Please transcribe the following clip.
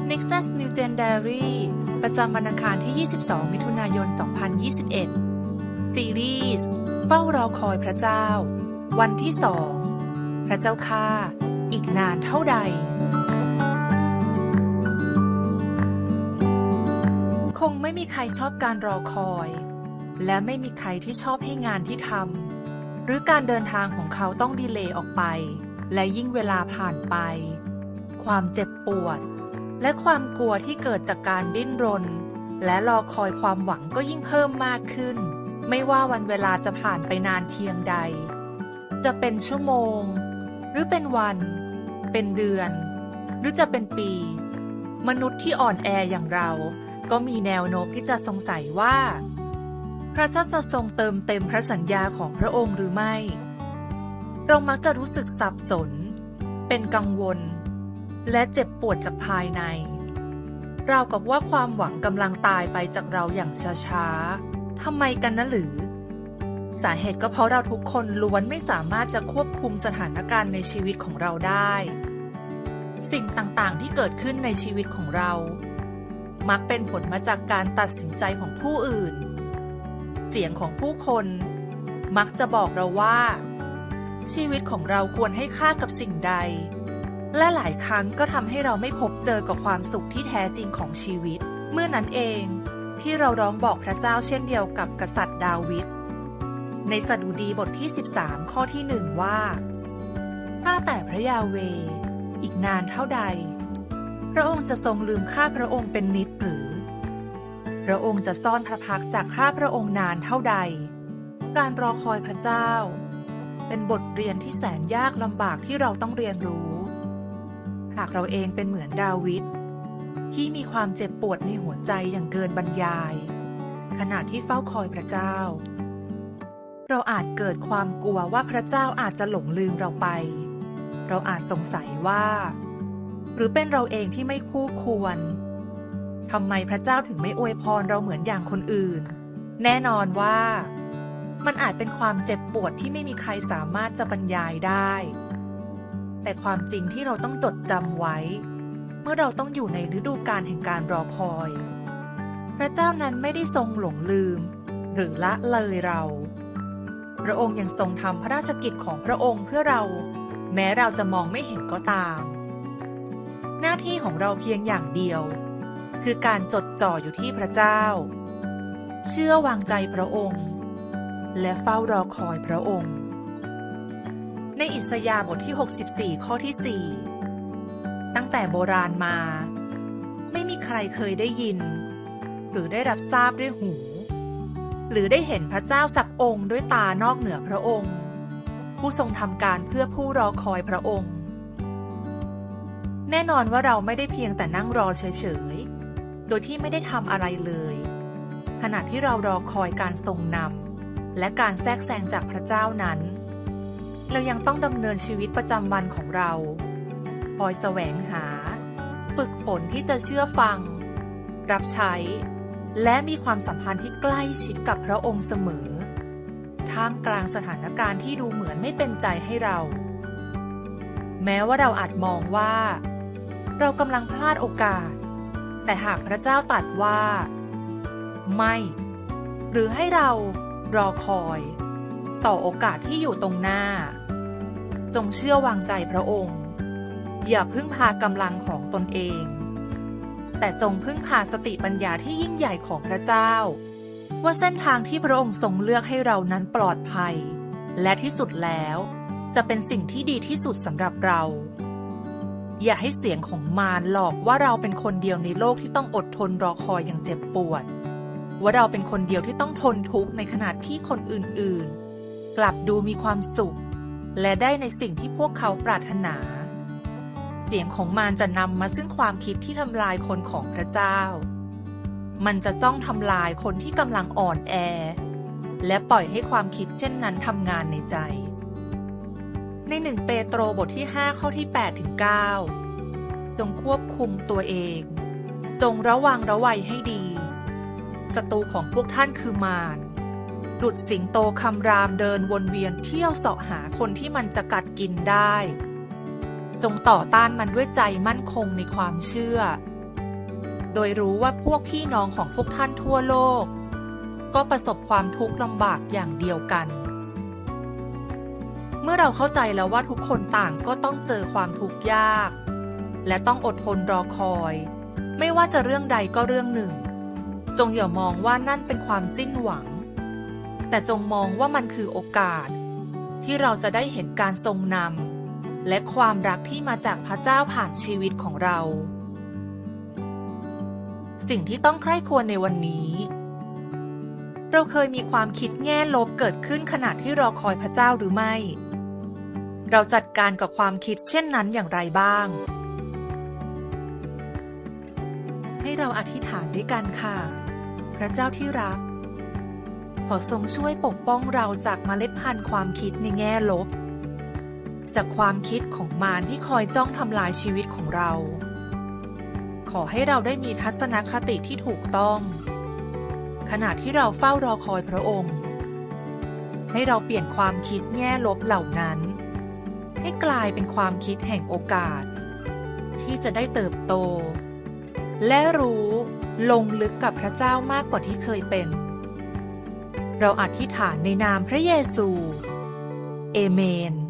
Nexus New Gen Diary ประจำวันอังคารที่ 22 มิถุนายน 2021 ซีรีส์เฝ้ารอคอยพระเจ้าวันที่ 2 พระเจ้าข้าอีกนานเท่าใดคงไม่มีใครชอบการรอคอยและไม่มีใครที่ชอบให้งานที่ทำหรือการเดินทางของเขาต้องดีเลย์ออกไปและยิ่งเวลาผ่านไปความเจ็บปวดและความกลัวที่เกิดจากการดิ้นรนและรอคอยความหวังก็ยิ่งเพิ่มมากขึ้นไม่ว่าวันเวลาจะผ่านไปนานเพียงใดจะเป็นชั่วโมงหรือเป็นวันเป็นเดือนหรือจะเป็นปีมนุษย์ที่อ่อนแออย่างเราก็มีแนวโน้มที่จะสงสัยว่าพระเจ้าจะทรงเติมเต็มพระสัญญาของพระองค์หรือไม่เรามักจะรู้สึกสับสนเป็นกังวลและเจ็บปวดจากภายในราวกับว่าความหวังกำลังตายไปจากเราอย่างช้าๆทำไมกันนะหรือสาเหตุก็เพราะเราทุกคนล้วนไม่สามารถจะควบคุมสถานการณ์ในชีวิตของเราได้สิ่งต่างๆที่เกิดขึ้นในชีวิตของเรามักเป็นผลมาจากการตัดสินใจของผู้อื่นเสียงของผู้คนมักจะบอกเราว่าชีวิตของเราควรให้ค่ากับสิ่งใดและหลายครั้งก็ทำให้เราไม่พบเจอกับความสุขที่แท้จริงของชีวิตเมื่อนั้นเองที่เราร้องบอกพระเจ้าเช่นเดียวกับกษัตริย์ดาวิดในสดุดีบทที่13ข้อที่1ว่าข้าแต่พระยาเวห์อีกนานเท่าใดพระองค์จะทรงลืมข้าพระองค์เป็นนิจหรือพระองค์จะซ่อนพระพักตร์จากข้าพระองค์นานเท่าใดการรอคอยพระเจ้าเป็นบทเรียนที่แสนยากลำบากที่เราต้องเรียนรู้หากเราเองเป็นเหมือนดาวิดที่มีความเจ็บปวดในหัวใจอย่างเกินบรรยายขณะที่เฝ้าคอยพระเจ้าเราอาจเกิดความกลัวว่าพระเจ้าอาจจะหลงลืมเราไปเราอาจสงสัยว่าหรือเป็นเราเองที่ไม่คู่ควรทำไมพระเจ้าถึงไม่อวยพรเราเหมือนอย่างคนอื่นแน่นอนว่ามันอาจเป็นความเจ็บปวดที่ไม่มีใครสามารถจะบรรยายได้แต่ความจริงที่เราต้องจดจำไว้เมื่อเราต้องอยู่ในฤดูกาลแห่งการรอคอยพระเจ้านั้นไม่ได้ทรงหลงลืมหรือละเลยเราพระองค์ยังทรงทำพระราชกิจของพระองค์เพื่อเราแม้เราจะมองไม่เห็นก็ตามหน้าที่ของเราเพียงอย่างเดียวคือการจดจ่ออยู่ที่พระเจ้าเชื่อวางใจพระองค์และเฝ้ารอคอยพระองค์ในอิสยาห์บทที่64ข้อที่4ตั้งแต่โบราณมาไม่มีใครเคยได้ยินหรือได้รับทราบด้วยหูหรือได้เห็นพระเจ้าสักองค์ด้วยตานอกเหนือพระองค์ผู้ทรงทำการเพื่อผู้รอคอยพระองค์แน่นอนว่าเราไม่ได้เพียงแต่นั่งรอเฉยๆโดยที่ไม่ได้ทำอะไรเลยขณะที่เรารอคอยการทรงนำและการแทรกแซงจากพระเจ้านั้นเรายังต้องดำเนินชีวิตประจำวันของเราคอยแสวงหาฝึกฝนที่จะเชื่อฟังรับใช้และมีความสัมพันธ์ที่ใกล้ชิดกับพระองค์เสมอท่ามกลางสถานการณ์ที่ดูเหมือนไม่เป็นใจให้เราแม้ว่าเราอาจมองว่าเรากำลังพลาดโอกาสแต่หากพระเจ้าตรัสว่าไม่หรือให้เรารอคอยต่อโอกาสที่อยู่ตรงหน้าจงเชื่อวางใจพระองค์อย่าพึ่งพากำลังของตนเองแต่จงพึ่งพาสติปัญญาที่ยิ่งใหญ่ของพระเจ้าว่าเส้นทางที่พระองค์ทรงเลือกให้เรานั้นปลอดภัยและที่สุดแล้วจะเป็นสิ่งที่ดีที่สุดสำหรับเราอย่าให้เสียงของมารหลอกว่าเราเป็นคนเดียวในโลกที่ต้องอดทนรอคอยอย่างเจ็บปวดว่าเราเป็นคนเดียวที่ต้องทนทุกข์ในขณะที่คนอื่นๆกลับดูมีความสุขและได้ในสิ่งที่พวกเขาปรารถนาเสียงของมารจะนำมาซึ่งความคิดที่ทำลายคนของพระเจ้ามันจะจ้องทำลายคนที่กำลังอ่อนแอและปล่อยให้ความคิดเช่นนั้นทำงานในใจใน1เปโตรบทที่5ข้อที่8ถึง9จงควบคุมตัวเองจงระวังระวัยให้ดีศัตรูของพวกท่านคือมารดุจสิงโตคำรามเดินวนเวียนเที่ยวเสาะหาคนที่มันจะกัดกินได้จงต่อต้านมันด้วยใจมั่นคงในความเชื่อโดยรู้ว่าพวกพี่น้องของพวกท่านทั่วโลกก็ประสบความทุกข์ลำบากอย่างเดียวกันเมื่อเราเข้าใจแล้วว่าทุกคนต่างก็ต้องเจอความทุกข์ยากและต้องอดทนรอคอยไม่ว่าจะเรื่องใดก็เรื่องหนึ่งจงอย่ามองว่านั่นเป็นความสิ้นหวังแต่จงมองว่ามันคือโอกาสที่เราจะได้เห็นการทรงนำและความรักที่มาจากพระเจ้าผ่านชีวิตของเราสิ่งที่ต้องใคร่ครวญในวันนี้เราเคยมีความคิดแง่ลบเกิดขึ้นขณะที่รอคอยพระเจ้าหรือไม่เราจัดการกับความคิดเช่นนั้นอย่างไรบ้างให้เราอธิษฐานด้วยกันค่ะพระเจ้าที่รักขอทรงช่วยปกป้องเราจากเมล็ดพันธุ์ความคิดในแง่ลบจากความคิดของมารที่คอยจ้องทำลายชีวิตของเราขอให้เราได้มีทัศนคติที่ถูกต้องขณะที่เราเฝ้ารอคอยพระองค์ให้เราเปลี่ยนความคิดแง่ลบเหล่านั้นให้กลายเป็นความคิดแห่งโอกาสที่จะได้เติบโตและรู้ลงลึกกับพระเจ้ามากกว่าที่เคยเป็นเราอธิษฐานในนามพระเยซูเอเมน